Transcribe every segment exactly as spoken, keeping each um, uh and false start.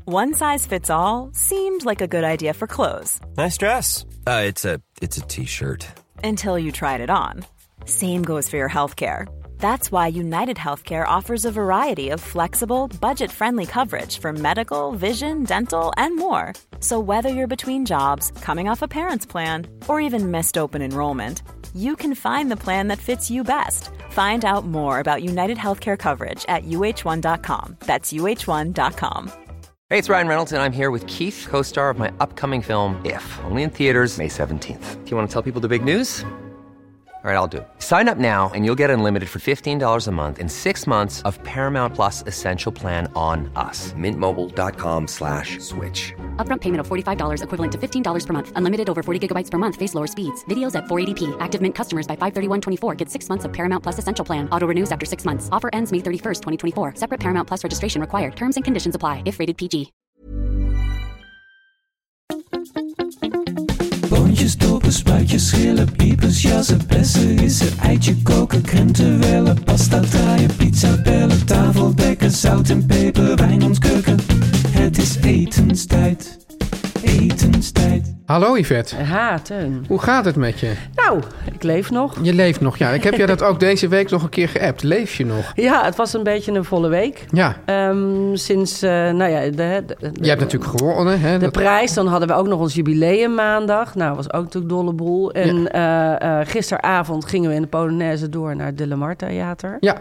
One size fits all seemed like a good idea for clothes. Nice dress. Uh, it's a it's a t-shirt. Until you tried it on. Same goes for your healthcare. That's why United Healthcare offers a variety of flexible, budget-friendly coverage for medical, vision, dental, and more. So whether you're between jobs, coming off a parent's plan, or even missed open enrollment, you can find the plan that fits you best. Find out more about United Healthcare coverage at U H one dot com. That's U H one dot com. Hey, it's Ryan Reynolds, and I'm here with Keith, co-star of my upcoming film, If, only in theaters May seventeenth. Do you want to tell people the big news? All right, I'll do it. Sign up now and you'll get unlimited for fifteen dollars a month and six months of Paramount Plus Essential Plan on us. Mint Mobile dot com slash switch. Upfront payment of forty-five dollars equivalent to fifteen dollars per month. Unlimited over forty gigabytes per month. Face lower speeds. Videos at four eighty p. Active Mint customers by five thirty-one twenty-four get six months of Paramount Plus Essential Plan. Auto renews after six months. Offer ends May thirty-first, twenty twenty-four. Separate Paramount Plus registration required. Terms and conditions apply if rated P G. Boontjes, dopen, spuitjes, schillen, piepers, jassen, bessen, rissen, eitje koken, krenten wellen, pasta draaien, pizza bellen, tafel dekken, zout en peper, wijn ontkurken. Het is etenstijd, etenstijd. Hallo Yvette. Ha, Teun. Hoe gaat het met je? Nou, ik leef nog. Je leeft nog, ja. Ik heb je dat ook deze week nog een keer geappt. Leef je nog? Ja, het was een beetje een volle week. Ja. Um, sinds, uh, nou ja... De, de, de, je hebt natuurlijk gewonnen, hè? De dat... prijs, dan hadden we ook nog ons jubileum maandag. Nou, was ook natuurlijk dolle boel. En ja. uh, uh, gisteravond gingen we in de Polonaise door naar het De Lamar Theater. Ja.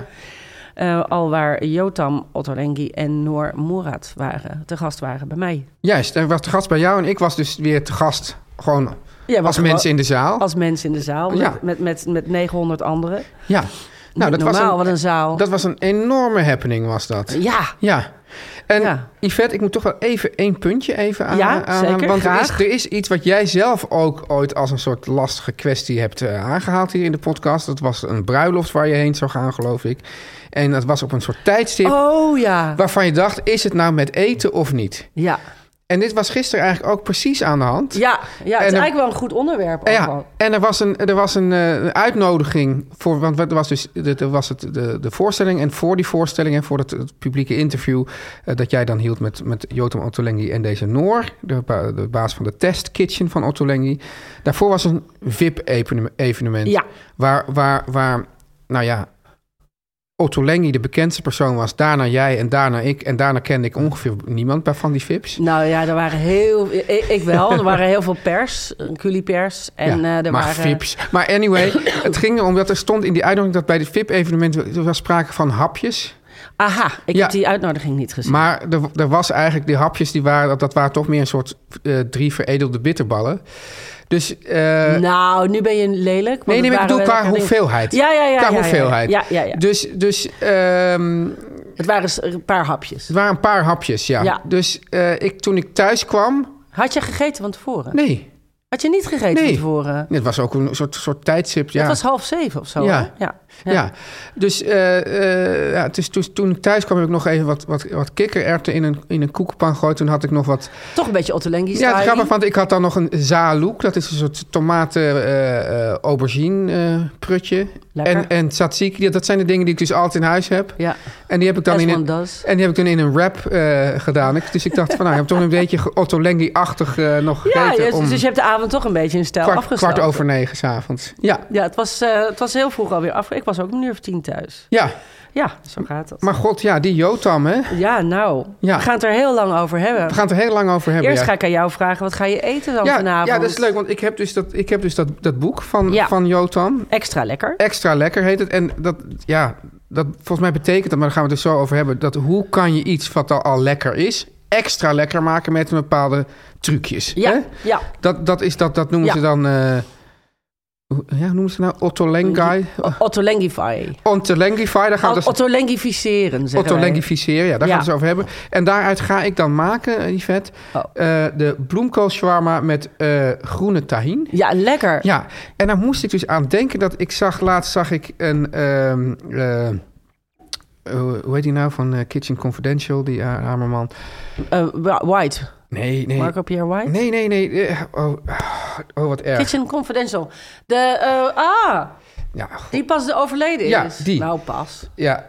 Uh, al waar Yotam Ottolenghi en Noor Murad waren, te gast waren bij mij. Juist, hij was te gast bij jou en ik was dus weer te gast gewoon ja, als gewoon, mens in de zaal. Als mens in de zaal, met, ja. met, met, met negenhonderd anderen. Ja. Nou, dat normaal, was een, wat een zaal. Dat was een enorme happening, was dat. Ja. Ja. En ja. Yvette, ik moet toch wel even één puntje even aan. Ja, aan, zeker, want er is, graag. er is iets wat jij zelf ook ooit als een soort lastige kwestie hebt uh, aangehaald hier in de podcast. Dat was een bruiloft waar je heen zou gaan, geloof ik. En dat was op een soort tijdstip. Oh ja. Waarvan je dacht, is het nou met eten of niet? Ja. En dit was gisteren eigenlijk ook precies aan de hand. Ja, ja het en is er, eigenlijk wel een goed onderwerp. Ja, allemaal. en er was een, er was een uh, uitnodiging voor, want er was dus er was het, de, de voorstelling en voor die voorstelling en voor het, het publieke interview uh, dat jij dan hield met, met Yotam Ottolenghi en deze Noor, de, de baas van de Test Kitchen van Ottolenghi. Daarvoor was een V I P-evenement. Ja. Waar, waar, waar, nou ja, Ottolenghi de bekendste persoon was, daarna jij en daarna ik. En daarna kende ik ongeveer niemand bij van die V I P's. Nou ja, er waren heel... Ik, ik wel. Er waren heel veel pers, culipers. En, ja, uh, er maar waren... V I P's. Maar anyway, het ging erom dat er stond in die uitnodiging dat bij de V I P-evenement er was sprake van hapjes. Aha, ik ja, heb die uitnodiging niet gezien. Maar er, er was eigenlijk, die hapjes, die waren, dat waren toch meer een soort uh, drie veredelde bitterballen. Dus, uh, nou, nu ben je lelijk. Nee, nee, maar ik bedoel qua hoeveelheid. Ja, ja, ja. Qua ja, hoeveelheid. Ja, ja, ja. Dus, dus um, het waren een paar hapjes. Het waren een paar hapjes, ja. ja. Dus uh, ik, toen ik thuis kwam... Had je gegeten van tevoren? Nee. Had je niet gegeten nee. van tevoren? Nee, het was ook een soort, soort tijdstip. Ja. Het was half zeven of zo. Ja. Hè? Ja. Ja. ja. Dus, uh, uh, ja, dus toen, toen ik thuis kwam, heb ik nog even wat, wat, wat kikkererwten in een, in een koekenpan gegooid. Toen had ik nog wat... Toch een beetje Ottolenghi-style. Ja, het grappig, want ik had dan nog een zalouk. Dat is een soort tomaten uh, uh, aubergine uh, prutje. En, en tzatziki, dat zijn de dingen die ik dus altijd in huis heb. Ja. En die heb ik dan, in een, does. en die heb ik dan in een wrap uh, gedaan. Ik, dus ik dacht van, nou, ik heb toch een beetje Ottolenghi-achtig uh, nog gegeten. Ja, om dus je hebt de avond toch een beetje in stijl kwart, afgesloten. Kwart over negen 's avonds. Ja, ja het, was, uh, het was heel vroeg alweer af. Ik was ook een uur of tien thuis. Ja. Ja, zo gaat het. Maar god, ja, die Yotam, hè? Ja, nou, ja. we gaan het er heel lang over hebben. We gaan het er heel lang over hebben, Eerst ja. ga ik aan jou vragen, wat ga je eten dan ja, vanavond? Ja, dat is leuk, want ik heb dus dat, ik heb dus dat, dat boek van, ja. van Yotam. Extra lekker. Extra lekker heet het. En dat, ja, dat volgens mij betekent dat, maar daar gaan we het dus zo over hebben, dat hoe kan je iets wat al, al lekker is, extra lekker maken met een bepaalde trucjes. Ja, hè? ja. Dat, dat, is, dat, dat noemen ja. ze dan... Uh, ja, hoe noemen ze nou? Ottolenghi? Ottolenghi-fy. Ottolenghi-fy, daar gaan we dus... Ottolenghi-ficeren, zeggen Ottolenghi-ficeren, ja, daar ja. gaan we het over hebben. En daaruit ga ik dan maken, Yvette, oh. uh, de bloemkoolshawarma met uh, groene tahin. Ja, lekker. Ja, en daar moest ik dus aan denken dat ik zag... Laatst zag ik een... Um, uh, uh, hoe heet die nou? Van uh, Kitchen Confidential, die uh, arme man. Uh, White. Nee, nee. Marco Pierre White? Nee, nee, nee. Oh, oh wat erg. Kitchen Confidential. De, uh, ah... Ja, god. Die pas de overleden Ja, is. die. Nou, pas. Ja,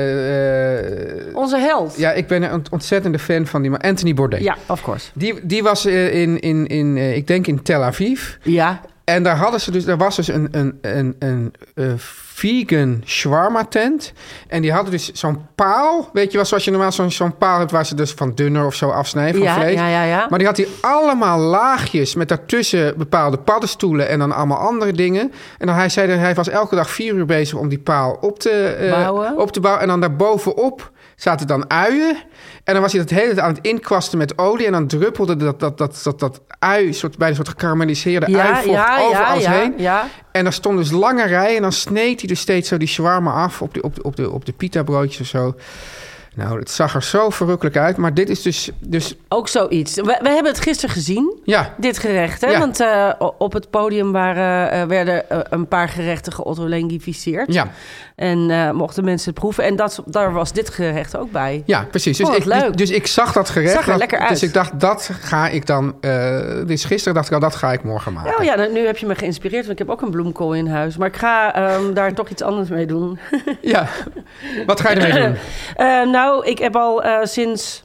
uh, uh, Onze held. Ja, ik ben een ontzettende fan van die man. Anthony Bourdain. Ja, of course. Die, die was uh, in, in, in uh, ik denk in Tel Aviv. Ja. En daar hadden ze dus, daar was dus een, een, een, een uh, vegan shawarma tent. En die hadden dus zo'n paal. Weet je wel, zoals je normaal zo'n, zo'n paal hebt waar ze dus van dunner of zo afsnijden van ja, vlees. Ja, ja, ja. Maar die had hij allemaal laagjes met daartussen bepaalde paddenstoelen en dan allemaal andere dingen. En dan hij zei dat hij was elke dag vier uur bezig om die paal op te, uh, bouwen. op te bouwen. En dan daarbovenop zaten dan uien. En dan was hij dat hele tijd aan het inkwasten met olie. En dan druppelde dat, dat, dat, dat, dat ui, soort, bij een soort gekarameliseerde ja, uivocht ja, over ja, alles ja, heen. Ja. En dan stond dus lange rijen. En dan sneed hij dus steeds zo die shawarma af op de, op de, op de, op de pita broodjes of zo. Nou, het zag er zo verrukkelijk uit. Maar dit is dus... dus ook zoiets. We, we hebben het gisteren gezien, ja. dit gerecht. Hè? Ja. Want uh, op het podium waren, uh, werden uh, een paar gerechten geottolengificeerd. Ja. En uh, mochten mensen het proeven. En dat, daar was dit gerecht ook bij. Ja, precies. Dus, oh, ik, leuk. dus ik zag dat gerecht. Zag er lekker uit. Dus ik dacht, dat ga ik dan... Uh, dus gisteren dacht ik al, dat ga ik morgen maken. Oh ja, nou, nu heb je me geïnspireerd. Want ik heb ook een bloemkool in huis. Maar ik ga um, daar toch iets anders mee doen. Ja. Wat ga je ermee doen? Uh, nou, ik heb al uh, sinds...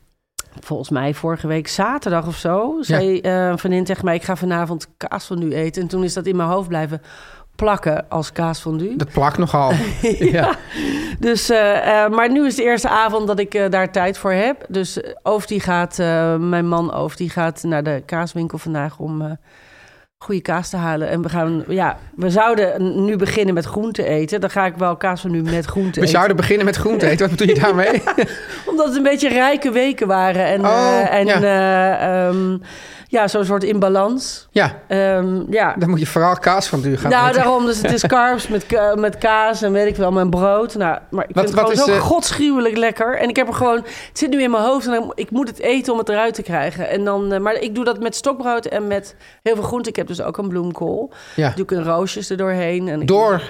Volgens mij vorige week zaterdag of zo... zei uh, een vriendin tegen mij... ik ga vanavond kaasfondue eten. En toen is dat in mijn hoofd blijven plakken als kaasfondue. Dat plakt nogal. ja. ja. Dus, uh, uh, maar nu is de eerste avond dat ik uh, daar tijd voor heb. Dus uh, Oof die gaat... Uh, mijn man Oof die gaat naar de kaaswinkel vandaag... om uh, goede kaas te halen. En we gaan... Ja, we zouden nu beginnen met groente eten. Dan ga ik wel kaasfondue met groente eten. We zouden beginnen met groente eten. Wat bedoel je daarmee? ja, omdat het een beetje rijke weken waren. En, oh, uh, en ja. Uh, um, ja, zo'n soort imbalans. Ja. Um, ja. Dan moet je vooral kaasfondue gaan nou, eten. daarom. Dus het is carbs met, uh, met kaas en weet ik wel, mijn brood. Nou, maar ik wat, vind het wat gewoon is, zo uh... godsgruwelijk lekker. En ik heb er gewoon... Het zit nu in mijn hoofd en dan, ik moet het eten om het eruit te krijgen. En dan, uh, maar ik doe dat met stokbrood en met heel veel groenten. Ik heb dus ook een bloemkool. Ja. Doe ik een roosjes er doorheen. En ik Door?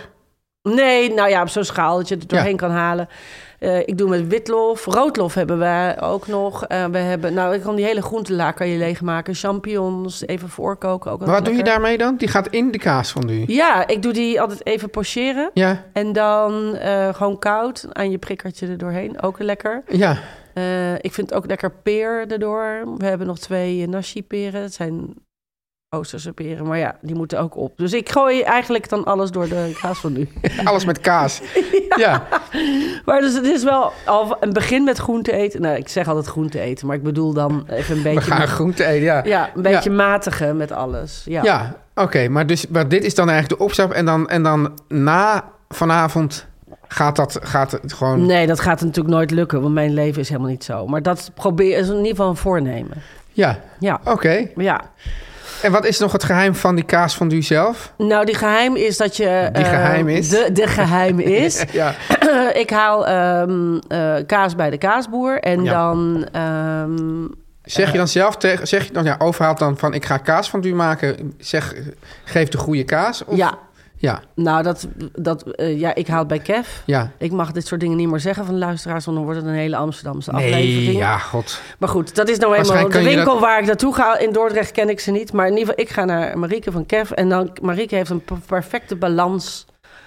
Nee, nou ja, op zo'n schaal dat je het er doorheen ja. kan halen. Uh, ik doe met witlof. Roodlof hebben we ook nog. Uh, we hebben, nou, ik kan die hele groentela kan je leegmaken. Champignons, even voorkoken. Ook maar wat lekker. doe je daarmee dan? Die gaat in de kaasfondue? Ja, ik doe die altijd even pocheren. Ja. En dan uh, gewoon koud aan je prikkertje er doorheen. Ook lekker. Ja. Uh, ik vind ook lekker peer erdoor. We hebben nog twee uh, nashi-peren. Dat zijn Oosterse peren, maar ja, die moeten ook op. Dus ik gooi eigenlijk dan alles door de kaasfondue. Alles met kaas. ja. ja. Maar dus het is wel al een begin met groente eten. Nou, ik zeg altijd groente eten, maar ik bedoel dan even een beetje... We gaan groente eten, ja. Ja, een beetje ja. matigen met alles. Ja, ja oké. Okay, maar, dus, maar dit is dan eigenlijk de opstap. En dan, en dan na vanavond... Gaat dat gaat het gewoon... Nee, dat gaat natuurlijk nooit lukken, want mijn leven is helemaal niet zo. Maar dat probeer is in ieder geval een voornemen. Ja, ja. oké. Okay. Ja. En wat is nog het geheim van die kaasfondue zelf? Nou, die geheim is dat je... Die uh, geheim is? De, de geheim is... ja. Ik haal um, uh, kaas bij de kaasboer en ja. dan... Um, zeg je dan zelf tegen... Zeg je dan, ja, overhaalt dan van ik ga kaasfondue maken. Zeg, geef de goede kaas? Of? Ja. Ja. Nou, dat, dat, uh, ja, ik haal het bij Kev. Ja. Ik mag dit soort dingen niet meer zeggen van de luisteraars, want dan wordt het een hele Amsterdamse nee, aflevering. ja, god. Maar goed, dat is nou eenmaal de winkel dat... waar ik naartoe ga. In Dordrecht ken ik ze niet, maar in ieder geval, ik ga naar Marieke van Kev. En dan, Marieke heeft een perfecte balans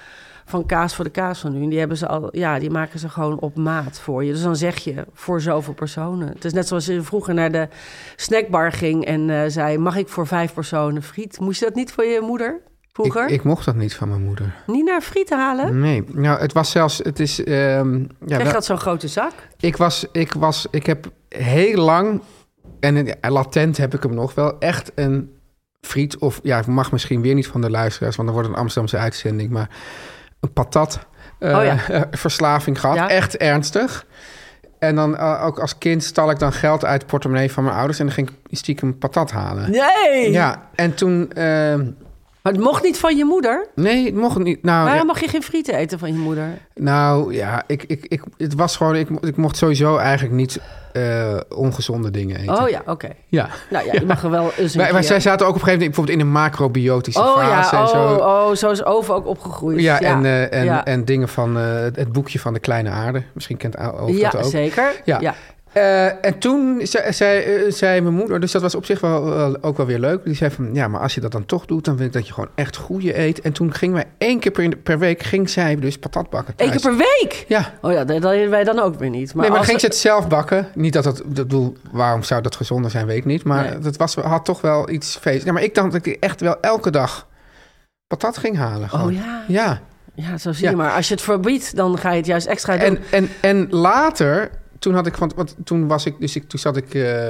van kaas voor de kaas van nu. En die hebben ze al, ja, die maken ze gewoon op maat voor je. Dus dan zeg je voor zoveel personen. Het is net zoals je vroeger naar de snackbar ging en uh, zei, mag ik voor vijf personen friet? Moest je dat niet voor je moeder? Vroeger? Ik, ik mocht dat niet van mijn moeder. Niet naar friet halen? Nee. Nou, het was zelfs... Het is, um, ja, Krijg je dat zo'n grote zak? Ik was... Ik was... Ik heb heel lang... En latent heb ik hem nog wel. Echt een friet of... Ja, mag misschien weer niet van de luisteraars... Want dan wordt een Amsterdamse uitzending. Maar een patat uh, oh ja. uh, verslaving gehad. Ja. Echt ernstig. En dan uh, ook als kind stal ik dan geld uit de portemonnee van mijn ouders... En dan ging ik stiekem patat halen. Nee! Ja, en toen... Uh, Maar het mocht niet van je moeder? Nee, het mocht niet. Nou, Waarom ja, mag je geen frieten eten van je moeder? Nou, ja, ik, ik, ik, het was gewoon... Ik, ik mocht sowieso eigenlijk niet uh, ongezonde dingen eten. Oh ja, oké. Okay. Ja. Nou ja, je mag er wel eens een maar, maar zij zaten ook op een gegeven moment... bijvoorbeeld in een macrobiotische oh, fase. Ja, en zo. Oh, oh, zo is Ove ook opgegroeid. Ja, ja. En, uh, en, ja. en dingen van uh, het boekje van de kleine aarde. Misschien kent Ove ja, dat ook. Zeker. Ja, ja. Uh, en toen zei, zei, uh, zei mijn moeder, dus dat was op zich wel, wel ook wel weer leuk. Die zei van, ja, maar als je dat dan toch doet, dan wil ik dat je gewoon echt goede eet. En toen gingen wij één keer per, per week, ging zij dus patat bakken thuis. Eén keer per week? Ja. Oh ja, dat deden wij dan ook weer niet. Maar nee, maar dan ging we... ze het zelf bakken. Niet dat het, dat bedoel, waarom zou dat gezonder zijn, weet ik niet. Maar nee. dat was, had toch wel iets feest. Ja, maar ik dacht dat ik echt wel elke dag patat ging halen. Gewoon. Oh ja? Ja. Ja, zo zie ja. je maar. Als je het verbiedt, dan ga je het juist extra doen. En, en, en later, toen had ik, want, want toen was ik, dus ik, toen zat ik uh,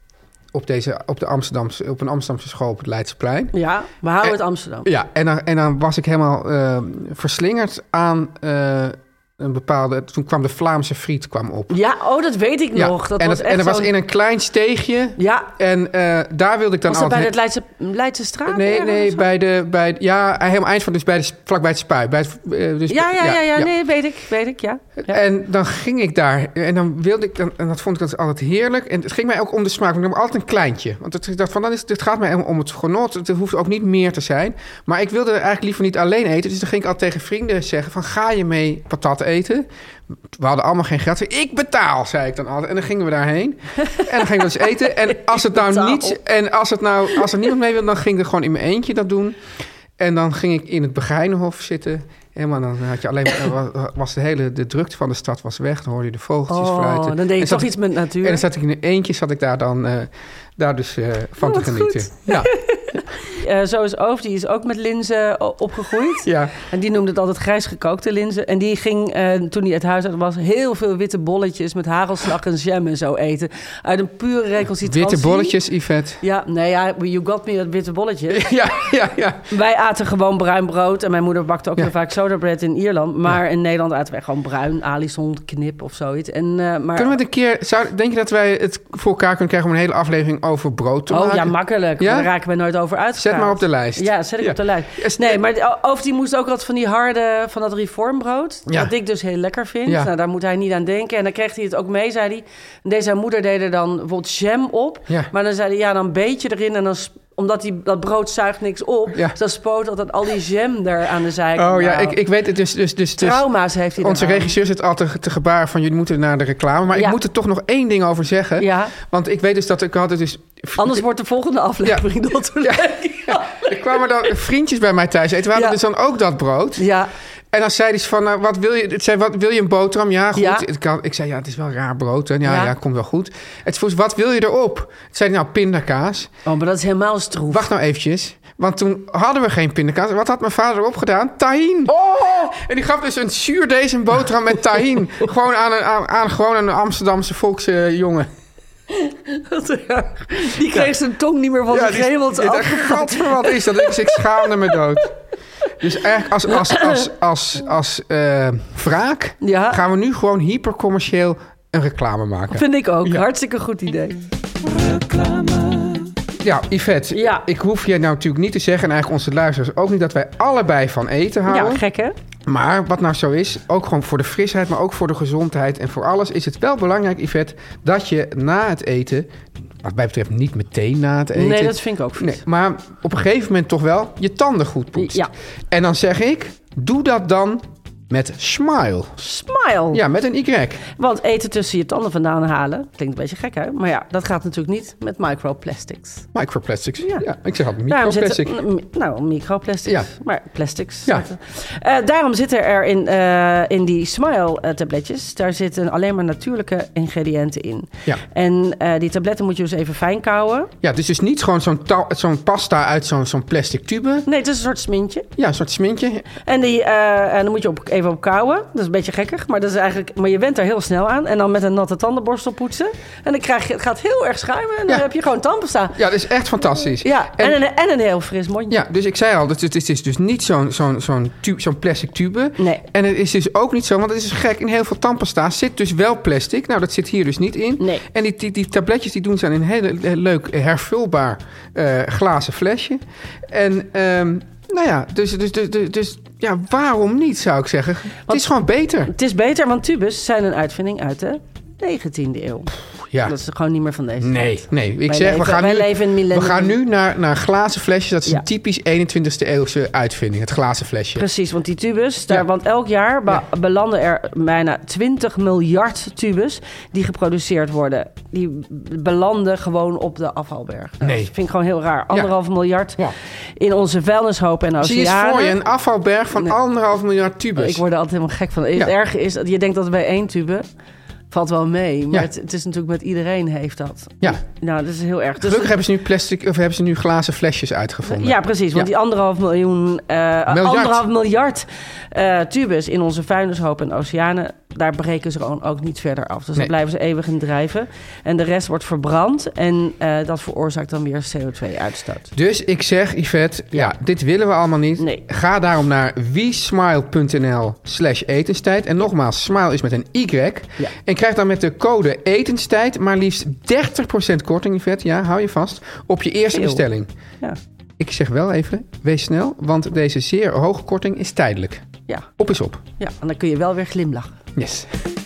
op deze, op de Amsterdamse, op een Amsterdamse school op het Leidseplein. Ja, we houden en, het Amsterdam. Ja, en dan, en dan was ik helemaal uh, verslingerd aan uh, een bepaalde. Toen kwam de Vlaamse friet kwam op. Ja, oh, dat weet ik ja, nog. Dat en, was dat, echt en dat was zo'n... in een klein steegje. Ja. En uh, daar wilde ik dan was dat altijd. bij het Leidse, Leidse straat? Nee, nee, bij de, bij de, ja, helemaal eind van, dus bij de, vlakbij het Spui. Bij het, uh, dus, ja, ja, ja, ja, ja, nee, weet ik, weet ik, ja. ja. En dan ging ik daar en dan wilde ik, dan, en dat vond ik dat altijd heerlijk. En het ging mij ook om de smaak. Ik nam altijd een kleintje, want het, ik dacht van, dan is, het gaat mij om het genot. Het hoeft ook niet meer te zijn. Maar ik wilde eigenlijk liever niet alleen eten. Dus dan ging ik altijd tegen vrienden zeggen van, ga je mee patat eten? We hadden allemaal geen geld. Ik betaal, zei ik dan altijd. En dan gingen we daarheen. En dan gingen we dus eten. En als het nou niet, en als het nou, als er niemand mee wilde, dan ging ik er gewoon in mijn eentje dat doen. En dan ging ik in het Begijnenhof zitten. Helemaal, dan had je alleen was de hele de drukte van de stad was weg. Dan hoorde je de vogeltjes oh, fluiten. Dan deed je toch ik, iets met natuur. En dan zat ik in een eentje, zat ik daar dan uh, daar dus uh, van oh, te genieten. Goed. Ja. Uh, zo is Oof, die is ook met linzen opgegroeid. Ja. En die noemde het altijd grijs gekookte linzen. En die ging, uh, toen hij het huis uit was, heel veel witte bolletjes met hagelslag en jam en zo eten. Uit een pure recalcitrantie. Witte bolletjes, Yvette? Ja, nee, ja, you got me met witte bolletjes. Ja, ja, ja. Wij aten gewoon bruin brood. En mijn moeder bakte ook ja. heel vaak sodabread in Ierland. Maar ja. in Nederland aten wij gewoon bruin, alison, knip of zoiets. En, uh, maar... Kunnen we het een keer... Zou, denk je dat wij het voor elkaar kunnen krijgen om een hele aflevering over brood te oh, maken? Oh ja, makkelijk. Ja? Daar raken we nooit over uitgepraat. Zet maar op de lijst. Ja, zet ik ja. op de lijst. Nee, maar Oof die moest ook wat van die harde, van dat reformbrood. Ja. Wat ik dus heel lekker vind. Ja. Nou, daar moet hij niet aan denken. En dan kreeg hij het ook mee, zei hij. En deze moeder deed er dan bijvoorbeeld jam op. Ja. Maar dan zei hij, ja, dan een beetje erin en dan... Omdat die, dat brood zuigt niks op. Ja. Dus dan spoot altijd al die jam er aan de zijkant. Oh ja, ik, ik weet het. Dus, dus, dus, Trauma's heeft hij Onze regisseur zit altijd te gebaar van... jullie moeten naar de reclame. Maar ja. ik moet er toch nog één ding over zeggen. Ja. Want ik weet dus dat ik had het dus... Anders wordt de volgende aflevering ja. dat ja. ja. Er kwamen dan vriendjes bij mij thuis eten. We hadden ja. dus dan ook dat brood. Ja. En dan zei hij van, uh, wat wil je? Het zei, wat wil je een boterham? Ja, goed. Ja. Ik, kan, ik zei, ja, het is wel raar brood. En ja, ja. ja, komt wel goed. Het vroeg, wat wil je erop? Het zei, nou, pindakaas. Oh, maar dat is helemaal stroef. Wacht nou eventjes. Want toen hadden we geen pindakaas. Wat had mijn vader erop gedaan? Tahin. Oh! En die gaf dus een zuurdezen boterham met tahin. gewoon aan een, aan, aan gewoon een Amsterdamse volksjongen. Uh, die kreeg ja. zijn tong niet meer van ja, zijn gemels af. Gadver, wat is dat? Ik, ik schaamde me dood. Dus eigenlijk als, als, als, als, als uh, wraak ja. gaan we nu gewoon hypercommercieel een reclame maken. Vind ik ook. Ja. Hartstikke goed idee. Reclame. Ja, Yvette, ja. ik hoef je nou natuurlijk niet te zeggen... en eigenlijk onze luisteraars ook niet... dat wij allebei van eten houden. Ja, gek hè? Maar wat nou zo is, ook gewoon voor de frisheid... maar ook voor de gezondheid en voor alles... is het wel belangrijk, Yvette, dat je na het eten... wat mij betreft niet meteen na het eten... Nee, dat vind ik ook vies. Nee, maar op een gegeven moment toch wel je tanden goed poetst. Ja. En dan zeg ik, doe dat dan... met Smile. Smile? Ja, met een Y. Want eten tussen je tanden vandaan halen... klinkt een beetje gek, hè? Maar ja, dat gaat natuurlijk niet met microplastics. Microplastics? Ja. ja ik zeg altijd microplastic. Zitten, nou, microplastics. Ja. Maar plastics. Ja. Uh, daarom zitten er in, uh, in die Smile-tabletjes... daar zitten alleen maar natuurlijke ingrediënten in. Ja. En uh, die tabletten moet je dus even fijn kouwen. Ja, het is dus niet gewoon zo'n, ta- zo'n pasta uit zo'n, zo'n plastic tube. Nee, het is een soort smintje. Ja, een soort smintje. En, die, uh, en dan moet je op even op kouwen. Dat is een beetje gekkig, maar, dat is eigenlijk, maar je went daar heel snel aan. En dan met een natte tandenborstel poetsen. En dan krijg je, het gaat heel erg schuimen. En dan ja. heb je gewoon tandpasta. Ja, dat is echt fantastisch. Ja, en, en, een, en een heel fris mondje. Ja, dus ik zei al, het is, het is dus niet zo'n, zo'n, zo'n, tube, zo'n plastic tube. Nee. En het is dus ook niet zo, want het is gek. In heel veel tandpasta zit dus wel plastic. Nou, dat zit hier dus niet in. Nee. En die, die, die tabletjes die doen ze aan een heel, heel leuk hervulbaar uh, glazen flesje. En... Um, Nou ja, dus, dus, dus, dus, dus ja, waarom niet, zou ik zeggen. Want het is gewoon beter. Het is beter, want tubes zijn een uitvinding uit de negentiende eeuw. ja. Dat is gewoon niet meer van deze Nee, tijd. nee. Ik wij zeg, leven, we gaan wij nu, leven in we gaan nu naar, naar glazen flesjes. Dat is ja. een typisch eenentwintigste eeuwse uitvinding. Het glazen flesje. Precies, want die tubus, daar, Ja. want elk jaar be- Ja. belanden er bijna twintig miljard tubus die geproduceerd worden. Die belanden gewoon op de afvalberg. Nou, Nee. Dat vind ik gewoon heel raar. Anderhalf miljard Ja. in onze vuilnishopen en Zie je eens oceanen. voor je een afvalberg van Nee. anderhalf miljard tubus. Ik word er altijd helemaal gek van. Het Ja. erge is, dat je denkt dat het bij één tube valt wel mee. Maar Ja. het, het is natuurlijk met iedereen heeft dat. Ja. Nou, dat is heel erg. Dus Gelukkig hebben ze nu plastic of hebben ze nu glazen flesjes uitgevonden. ja, precies. Want Ja. die anderhalf miljoen, eh, anderhalf miljard uh, tubus in onze vuilnishopen en oceanen, daar breken ze gewoon ook niet verder af. Dus Nee. daar blijven ze eeuwig in drijven. En de rest wordt verbrand en uh, dat veroorzaakt dan weer C O twee uitstoot. Dus ik zeg, Yvette, ja, dit willen we allemaal niet. Nee. Ga daarom naar wiesmile.nl slash etenstijd. En nogmaals, smile is met een Y. Ja. En krijg dan met de code etenstijd maar liefst dertig procent korting, Yvette. Ja, hou je vast. Op je eerste Veel. bestelling. Ja. Ik zeg wel even, wees snel, want deze zeer hoge korting is tijdelijk. Ja. Op is op. Ja, en dan kun je wel weer glimlachen. Yes.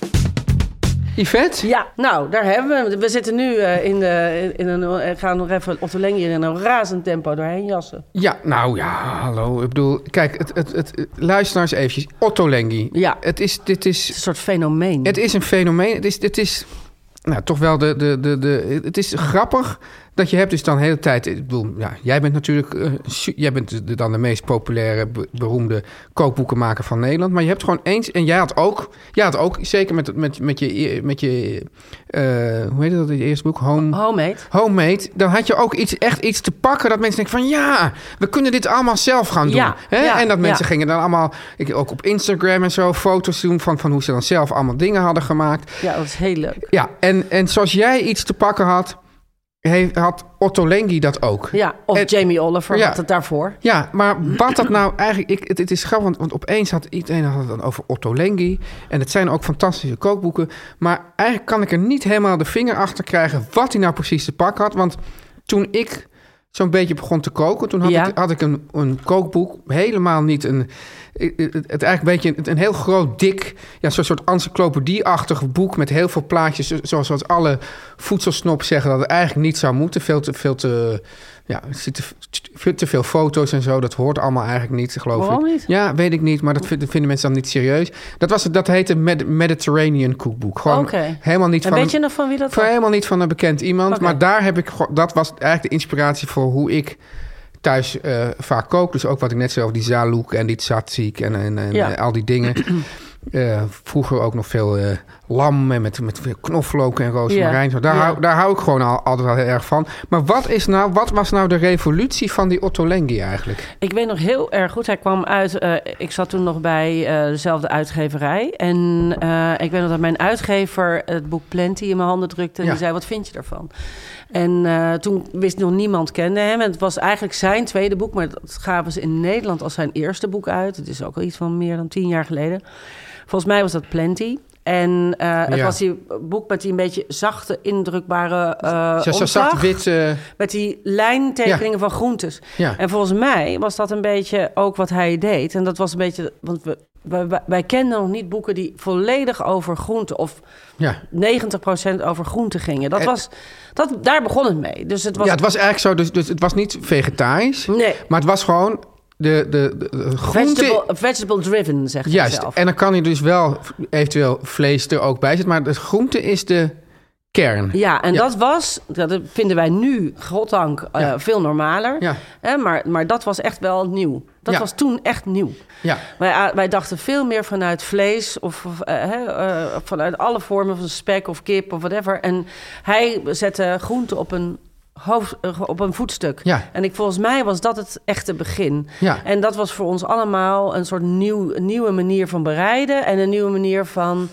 Yvette? Ja, nou, daar hebben we. We zitten nu uh, in, de, in een... Uh, gaan nog even Otto Lengi in een razend tempo doorheen jassen. Ja, nou ja, hallo. Ik bedoel, kijk, het, het, het, het, luister nou eens eventjes. Otto Lengi. Ja. Het is, dit is... Het is een soort fenomeen. Het is een fenomeen. Het is, het is nou, toch wel de, de, de, de... Het is grappig dat je hebt dus dan de hele tijd... Ik bedoel, ja, jij bent natuurlijk... Uh, su- jij bent de, dan de meest populaire, be- beroemde kookboekenmaker van Nederland. Maar je hebt gewoon eens... En jij had ook... Jij had ook, zeker met, met, met je... Met je uh, hoe heet dat, het eerste boek? Home... Homemade. Homemade, dan had je ook iets, echt iets te pakken dat mensen denken van ja, we kunnen dit allemaal zelf gaan doen. Ja, Hè? ja, en dat mensen ja. gingen dan allemaal, ik, ook op Instagram en zo, foto's doen van, van hoe ze dan zelf allemaal dingen hadden gemaakt. Ja, dat is heel leuk. Ja, en, en zoals jij iets te pakken had, heeft, had Otto Lengi dat ook. Ja, of En- Jamie Oliver ja. had het daarvoor. Ja, maar wat dat nou eigenlijk... Ik, het, het is grappig, want, want opeens had iedereen had het dan over Otto Lengi. En het zijn ook fantastische kookboeken. Maar eigenlijk kan ik er niet helemaal de vinger achter krijgen wat hij nou precies te pakken had. Want toen ik zo'n beetje begon te koken, toen had Ja. ik, had ik een, een kookboek. Helemaal niet een... Het, het, het eigenlijk een beetje een heel groot, dik, ja, zo'n soort encyclopedie-achtig boek met heel veel plaatjes, zoals, zoals alle voedselsnops zeggen dat het eigenlijk niet zou moeten. Veel te, veel te, ja, er zitten te, te veel foto's en zo. Dat hoort allemaal eigenlijk niet, geloof Waarom ik. niet? Ja, weet ik niet, maar dat vinden, vinden mensen dan niet serieus. Dat was het, dat heette Med- Mediterranean Cookbook. Gewoon Oké. helemaal niet En van. weet een- je nog van wie dat voor was? helemaal niet van een bekend iemand. Oké. Maar daar heb ik, gewoon- dat was eigenlijk de inspiratie voor hoe ik thuis uh, vaak kook. Dus ook wat ik net zei over die zalouk en die tzatziki en, en, en Ja. uh, al die dingen. Uh, vroeger ook nog veel uh, lam en met, met veel knoflook en rozemarijn. Ja. Daar, Ja. hou, daar hou ik gewoon al, altijd wel heel erg van. Maar wat, is nou, wat was nou de revolutie van die Otto Lengi eigenlijk? Ik weet nog heel erg goed. Hij kwam uit... Uh, ik zat toen nog bij uh, dezelfde uitgeverij. En uh, ik weet nog dat mijn uitgever het boek Plenty in mijn handen drukte. En Ja. die zei, wat vind je ervan? En uh, toen wist nog niemand kende hem. En het was eigenlijk zijn tweede boek. Maar dat gaven ze in Nederland als zijn eerste boek uit. Het is ook al iets van meer dan tien jaar geleden. Volgens mij was dat Plenty. En uh, het Ja. was die boek met die een beetje zachte, indrukbare uh, Zo, zo omslag. zacht wit. Uh, Met die lijntekeningen Ja. van groentes. ja. En volgens mij was dat een beetje ook wat hij deed. En dat was een beetje... Want we, wij, wij, wij kenden nog niet boeken die volledig over groenten... of ja. negentig procent over groenten gingen. Dat En- was, dat, daar begon het mee. Dus het was... ja, het was eigenlijk zo. Dus, dus het was niet vegetarisch. Nee, Maar het was gewoon de, de, de, de groente... vegetable, vegetable driven, zegt hij Juist, zelf. en dan kan je dus wel eventueel vlees er ook bij zetten. Maar de groente is de kern. Ja, en Ja. dat was... Dat vinden wij nu, goddank, uh, Ja. veel normaler. Ja, Hè, maar, maar dat was echt wel nieuw. Dat Ja. was toen echt nieuw. ja. Wij, wij dachten veel meer vanuit vlees of, of uh, hè, uh, vanuit alle vormen van spek of kip of whatever. En hij zette groenten op een, hoofd, uh, op een voetstuk. Ja. En ik, volgens mij was dat het echte begin. Ja. En dat was voor ons allemaal een soort nieuw, een nieuwe manier van bereiden en een nieuwe manier van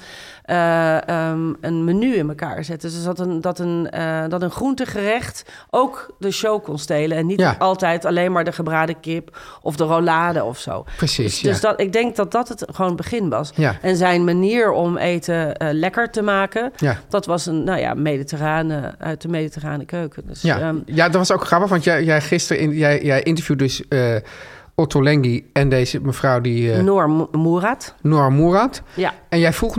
uh, um, een menu in elkaar zetten. Dus dat een, dat, een, uh, dat een groentegerecht ook de show kon stelen. En niet Ja. altijd alleen maar de gebraden kip of de rollade of zo. Precies, Dus, ja. dus dat, ik denk dat dat het gewoon het begin was. Ja. En zijn manier om eten uh, lekker te maken... Ja. dat was een, nou ja, mediterrane, uit de mediterrane keuken. Dus, Ja. um, ja, dat was ook grappig, want jij, jij gisteren in, jij, jij interviewde dus uh, Otto Lengi en deze mevrouw die... Uh, Noor Mo- Moerad. Noor Moerad. Ja. En jij vroeg nog,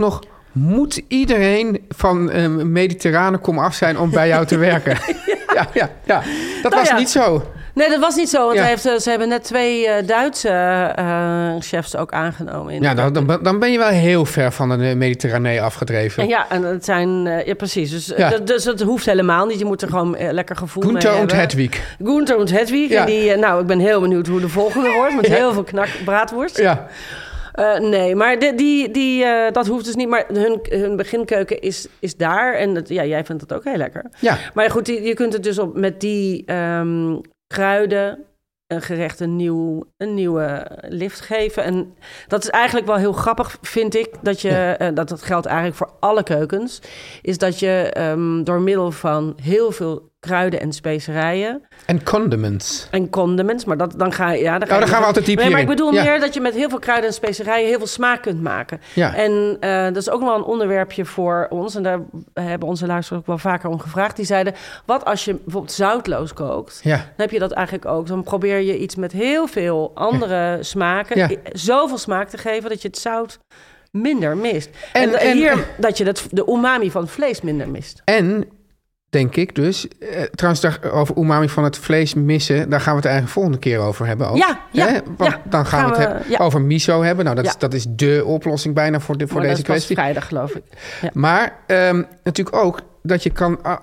moet iedereen van uh, mediterrane kom af zijn om bij jou te werken. ja. Ja, ja, ja. Dat nou was ja. niet zo. Nee, dat was niet zo. Want Ja. hij heeft, ze hebben net twee uh, Duitse uh, chefs ook aangenomen. In Ja, de dan, dan, dan ben je wel heel ver van de Mediterranee afgedreven. En ja, en het zijn... Uh, ja, precies. Dus, Ja. d- dus het hoeft helemaal niet. Je moet er gewoon uh, lekker gevoel Gunther mee und hebben. Hedwig. Gunther und Hedwig. Ja. En die, uh, nou, ik ben heel benieuwd hoe de volgende wordt. Met Ja. heel veel knak braadworst. Ja. Uh, nee, maar die, die, die, uh, dat hoeft dus niet. Maar hun, hun beginkeuken is, is daar. En dat, ja, jij vindt dat ook heel lekker. Ja. Maar goed, die, je kunt het dus op, met die um, kruiden... een gerecht een, nieuw, een nieuwe lift geven. En dat is eigenlijk wel heel grappig, vind ik. Dat je, ja. uh, dat, dat geldt eigenlijk voor alle keukens. Is dat je um, door middel van heel veel kruiden en specerijen... En condiments. En condiments, maar dat, dan ga je... Ja, dan, ga oh, je dan gaan we altijd diep nee, maar ik hierin. bedoel Ja. meer dat je met heel veel kruiden en specerijen... heel veel smaak kunt maken. Ja. En uh, dat is ook wel een onderwerpje voor ons. En daar hebben onze luisteraars ook wel vaker om gevraagd. Die zeiden, wat als je bijvoorbeeld zoutloos kookt? Ja. Dan heb je dat eigenlijk ook. Dan probeer je iets met heel veel andere ja. smaken... Ja. zoveel smaak te geven dat je het zout minder mist. En, En, en, en hier en, dat je het, de umami van het vlees minder mist. En... denk ik dus. Eh, trouwens, daar, over umami van het vlees missen... daar gaan we het eigenlijk volgende keer over hebben ook. Ja, ja, Hè? Want ja, dan gaan, gaan we het hebben ja. over miso hebben. Nou, dat, ja. is, dat is dé oplossing bijna voor, de, voor maar deze dat is kwestie. pas vrijdag, geloof ik. Ja. Maar um, natuurlijk ook dat je kan... Uh,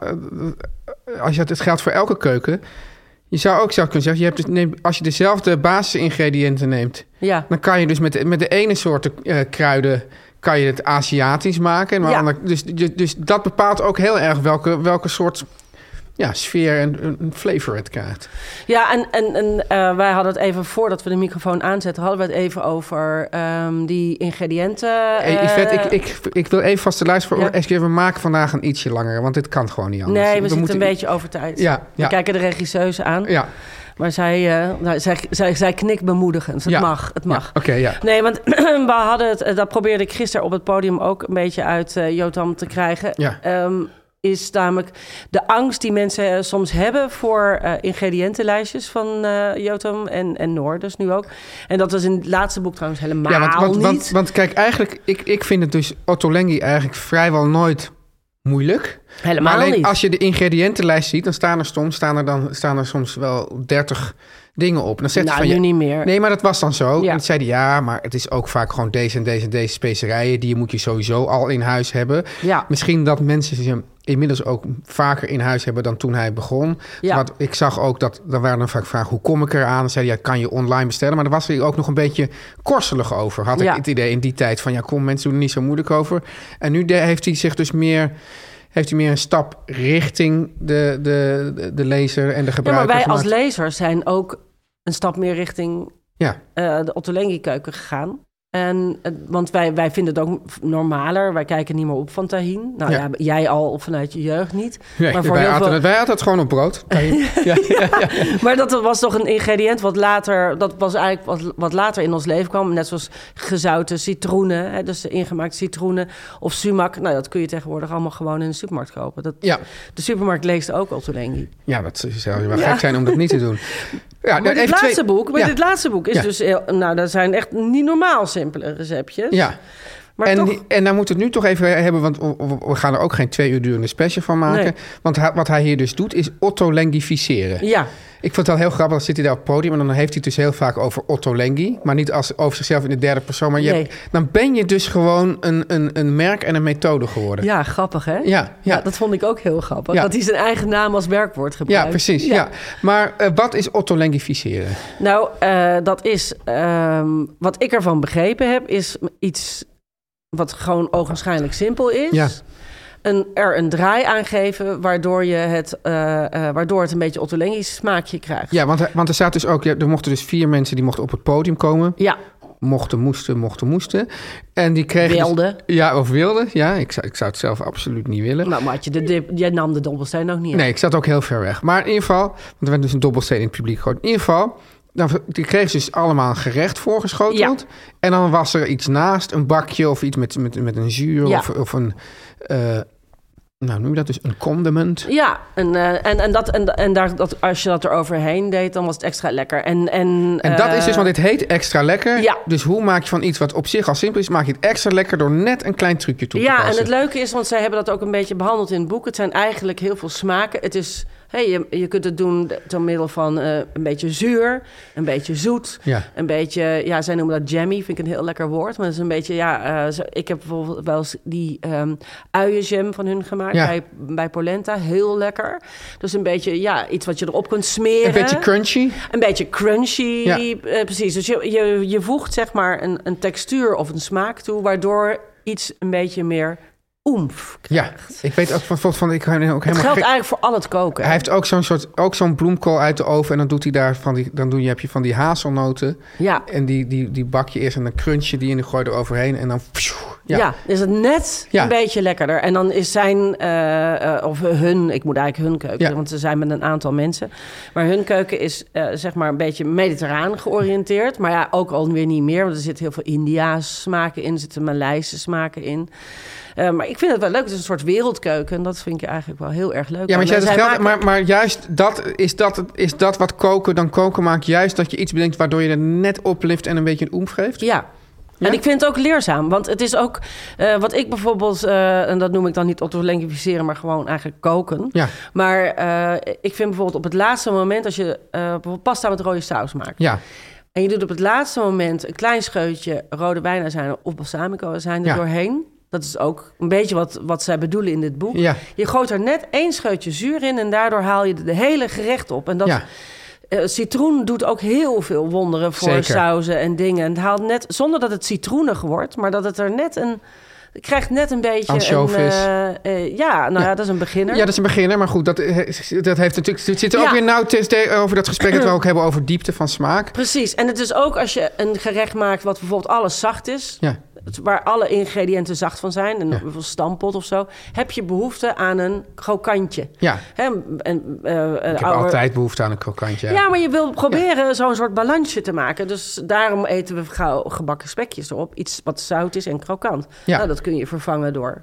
uh, als je het, het geldt voor elke keuken... Je zou ook zelf kunnen zeggen... Je hebt dus, neem, als je dezelfde basisingrediënten neemt... Ja. dan kan je dus met, met de ene soort uh, kruiden... kan je het Aziatisch maken. Maar ja. ander, dus, dus dat bepaalt ook heel erg welke, welke soort... ja, sfeer en een flavor het krijgt. Ja, en, en, en uh, wij hadden het even, voordat we de microfoon aanzetten... hadden we het even over um, die ingrediënten. Uh, hey, Yvette, ik, ik, ik wil even vast de luisteren. Ja. We maken vandaag een ietsje langer, want dit kan gewoon niet anders. Nee, we, we zitten moeten... een beetje over tijd. Ja, we ja. kijken de regisseuse aan. Ja. Maar zij, uh, nou, zij, zij, zij knikt bemoedigend. Het ja. mag, het mag. Ja. Oké, okay, ja. Nee, want we hadden het... dat probeerde ik gisteren op het podium ook een beetje uit uh, Yotam te krijgen. Ja. Um, is namelijk de angst die mensen uh, soms hebben voor uh, ingrediëntenlijstjes van uh, Yotam en, en Noor dus nu ook. En dat was in het laatste boek trouwens helemaal ja, want, want, niet. Want, want kijk, eigenlijk, ik, ik vind het dus Ottolenghi eigenlijk vrijwel nooit moeilijk. Helemaal maar alleen niet. Als je de ingrediëntenlijst ziet, dan staan er soms, staan er dan, staan er soms wel dertig dingen op. En dan zegt nou, van, nu ja, niet meer. Nee, maar dat was dan zo. Ja. En dan zei hij, ja, maar het is ook vaak gewoon deze en deze en deze specerijen. Die moet je sowieso al in huis hebben. Ja. Misschien dat mensen ze inmiddels ook vaker in huis hebben dan toen hij begon. Ja. Want ik zag ook dat, er waren dan vaak vragen, hoe kom ik eraan? Dan zei hij, ja, kan je online bestellen? Maar daar was hij ook nog een beetje korselig over. Had ja. ik het idee in die tijd van, ja, kom, mensen doen er niet zo moeilijk over. En nu de, heeft hij zich dus meer... heeft hij meer een stap richting de, de, de, de lezer en de gebruiker. Ja, maar wij gemaakt. als lezers zijn ook een stap meer richting ja. uh, de Ottolenghi-keuken gegaan. En, uh, want wij, wij vinden het ook normaler. Wij kijken niet meer op van tahin. Nou ja, ja jij al vanuit je jeugd niet. Nee, maar voor wij, heel aten veel... het, wij aten het gewoon op brood. ja, ja, ja, ja. Maar dat was toch een ingrediënt wat later... dat was eigenlijk wat, wat later in ons leven kwam. Net zoals gezouten citroenen. Hè, dus ingemaakte citroenen of sumac. Nou, dat kun je tegenwoordig allemaal gewoon in de supermarkt kopen. Dat, ja. De supermarkt leest ook Ottolenghi. Ja, dat zou wel ja. gek zijn om dat niet te doen. Ja, maar dit laatste, twee... boek, maar ja. dit laatste boek is ja. dus... Heel, nou, dat zijn echt niet normaal simpele receptjes. Ja. Maar en, toch... en dan moeten we het nu toch even hebben... want we gaan er ook geen twee uur durende special van maken. Nee. Want hij, wat hij hier dus doet, is Ottolenghificeren. Ja. Ik vond het wel heel grappig, dan zit hij daar op het podium... en dan heeft hij het dus heel vaak over Ottolenghi... maar niet als over zichzelf in de derde persoon. Maar je nee. hebt, dan ben je dus gewoon een, een, een merk en een methode geworden. Ja, grappig, hè? Ja, ja. ja dat vond ik ook heel grappig. Ja. Dat hij zijn eigen naam als werkwoord gebruikt. Ja, precies. Ja. Ja. Maar uh, wat is Ottolenghificeren? Nou, uh, dat is... Um, wat ik ervan begrepen heb, is iets... wat gewoon ogenschijnlijk simpel is... Ja. Een, er een draai aan geven, waardoor, je het, uh, uh, waardoor het een beetje Ottolenghi smaakje krijgt. Ja, want, want er staat dus ook... Ja, er mochten dus vier mensen die mochten op het podium komen. Ja. Mochten, moesten, mochten, moesten. En die kregen... Wilden. Dus, ja, of wilden. Ja, ik zou, ik zou het zelf absoluut niet willen. Nou, maar had je de dip, jij nam de dobbelsteen ook niet Nee, aan. Ik zat ook heel ver weg. Maar in ieder geval... Want er werd dus een dobbelsteen in het publiek gegooid. In ieder geval... Dan, die kregen ze dus allemaal een gerecht voorgeschoteld. Ja. En dan was er iets naast, een bakje of iets met, met, met een zuur... Ja. Of, of een... Uh, Nou, noem je dat dus een condiment? Ja, en, uh, en, en, dat, en, en daar, dat, als je dat er overheen deed, dan was het extra lekker. En, en, en dat uh, is dus, want dit heet extra lekker. Ja. Dus hoe maak je van iets wat op zich al simpel is, maak je het extra lekker door net een klein trucje toe te ja, passen. Ja, en het leuke is, want zij hebben dat ook een beetje behandeld in het boek. Het zijn eigenlijk heel veel smaken. Het is... Hey, je, je kunt het doen door middel van uh, een beetje zuur, een beetje zoet, ja. een beetje, ja, zij noemen dat jammy, vind ik een heel lekker woord. Maar het is een beetje, ja, uh, zo, ik heb bijvoorbeeld wel eens die um, uienjam van hun gemaakt ja. bij, bij Polenta, heel lekker. Dus een beetje, ja, iets wat je erop kunt smeren. Een beetje crunchy. Een beetje crunchy, ja. uh, precies. Dus je, je, je voegt zeg maar een, een textuur of een smaak toe, waardoor iets een beetje meer... oemf krijgt. Ja, ik weet ook van, van ik ook helemaal. Het geldt gek... eigenlijk voor al het koken. Hij heeft ook zo'n soort, ook zo'n bloemkool uit de oven en dan doet hij daar van die, dan doe je heb je van die hazelnoten. Ja. En die, die, die bak je eerst en dan crunch je die en dan gooi je er overheen en dan. Ja, ja is het net ja. een beetje lekkerder. En dan is zijn uh, uh, of hun, ik moet eigenlijk hun keuken, ja. want ze zijn met een aantal mensen, maar hun keuken is uh, zeg maar een beetje mediterraan georiënteerd, maar ja ook alweer niet meer, want er zitten heel veel India's smaken in, er zitten Maleise smaken in. Uh, maar ik vind het wel leuk. Het is een soort wereldkeuken. En dat vind ik eigenlijk wel heel erg leuk. Ja, maar, jij zij geld, maken... maar, maar juist dat is, dat is dat wat koken dan koken maakt. Juist dat je iets bedenkt waardoor je er net oplift en een beetje een oemf geeft. Ja. Ja? En ik vind het ook leerzaam. Want het is ook uh, wat ik bijvoorbeeld... Uh, en dat noem ik dan niet autolengrificeren, maar gewoon eigenlijk koken. Ja. Maar uh, ik vind bijvoorbeeld op het laatste moment... als je uh, bijvoorbeeld pasta met rode saus maakt... Ja. En je doet op het laatste moment een klein scheutje rode wijnazijn of balsamico azijn er ja. doorheen... Dat is ook een beetje wat, wat zij bedoelen in dit boek. Ja. Je gooit er net één scheutje zuur in... en daardoor haal je de hele gerecht op. En dat ja. uh, citroen doet ook heel veel wonderen voor Zeker. sauzen en dingen. En het haalt net, zonder dat het citroenig wordt... maar dat het er net een... Je krijgt net een beetje Ansjovis. een... Uh, uh, ja, nou ja. ja, dat is een beginner. Ja, dat is een beginner. Maar goed, dat, dat heeft natuurlijk... Het zit er ja. ook weer nauw te, over dat gesprek... dat we ook hebben over diepte van smaak. Precies. En het is ook als je een gerecht maakt... wat bijvoorbeeld alles zacht is... Ja. waar alle ingrediënten zacht van zijn, een ja. stampot of zo, heb je behoefte aan een krokantje. Ja. He, en, uh, ik heb oude... altijd behoefte aan een krokantje. Ja, ja maar je wil proberen ja. zo'n soort balansje te maken. Dus daarom eten we gauw gebakken spekjes erop. Iets wat zout is en krokant. Ja. Nou, dat kun je vervangen door...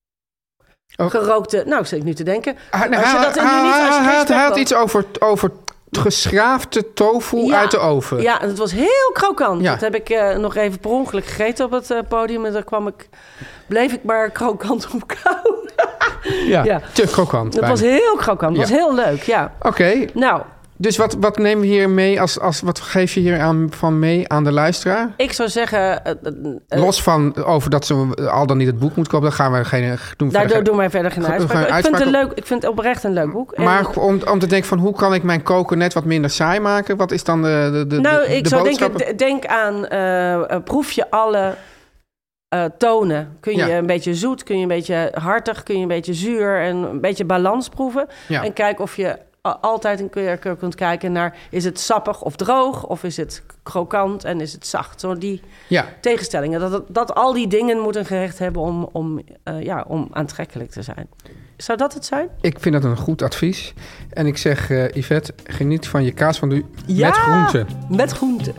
Oh. gerookte... Nou, ik zit nu te denken. Ah, nou, als je dat ha, niet... Als je ha, hij had iets over... over geschraafde tofu ja, uit de oven. Ja, en het was heel krokant. Ja. Dat heb ik uh, nog even per ongeluk gegeten op het uh, podium. En daar kwam ik, bleef ik maar krokant op kou. ja, ja, te krokant. Het was heel krokant. Het ja. was heel leuk, ja. Oké. Okay. Nou... Dus wat, wat nemen we hier mee? Als, als, wat geef je hier aan, van mee aan de luisteraar? Ik zou zeggen... Uh, uh, Los van over dat ze al dan niet het boek moet kopen... dan gaan we geen... Doen Daardoor verder, doen wij verder geen uitspraak. Ik vind, het leuk, ik vind het oprecht een leuk boek. Maar en, om, om te denken van... hoe kan ik mijn koken net wat minder saai maken? Wat is dan de, de, de, nou, de, de ik zou denken, denk aan... Uh, uh, proef je alle... Uh, tonen. Kun je ja. een beetje zoet, kun je een beetje hartig... kun je een beetje zuur en een beetje balans proeven. Ja. En kijk of je... altijd een keer kunt kijken naar... is het sappig of droog? Of is het krokant en is het zacht? Zo die ja. tegenstellingen. Dat, dat, dat al die dingen moet een gerecht hebben... om, om, uh, ja, om aantrekkelijk te zijn. Zou dat het zijn? Ik vind dat een goed advies. En ik zeg, uh, Yvette, geniet van je kaas van de ja, met groenten. met groenten.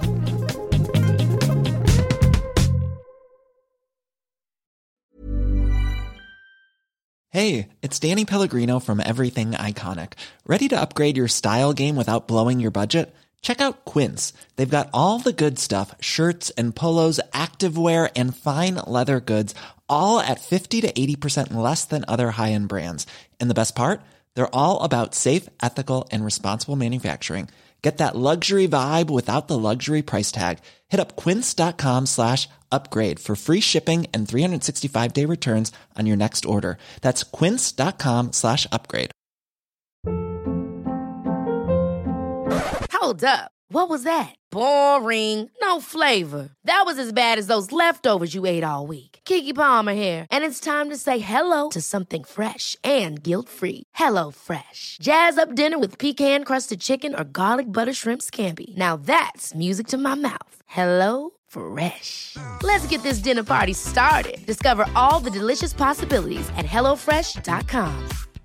Hey, it's Danny Pellegrino from Everything Iconic. Ready to upgrade your style game without blowing your budget? Check out Quince. They've got all the good stuff, shirts and polos, activewear, and fine leather goods, all at fifty to eighty percent less than other high-end brands. And the best part? They're all about safe, ethical, and responsible manufacturing. Get that luxury vibe without the luxury price tag. Hit up quince.com slash upgrade for free shipping and three sixty-five day returns on your next order. That's quince.com slash upgrade. Hold up. What was that? Boring. No flavor. That was as bad as those leftovers you ate all week. Keke Palmer here. And it's time to say hello to something fresh and guilt-free. Hello Fresh. Jazz up dinner with pecan-crusted chicken or garlic butter shrimp scampi. Now that's music to my mouth. Hello Fresh. Let's get this dinner party started. Discover all the delicious possibilities at hello fresh dot com.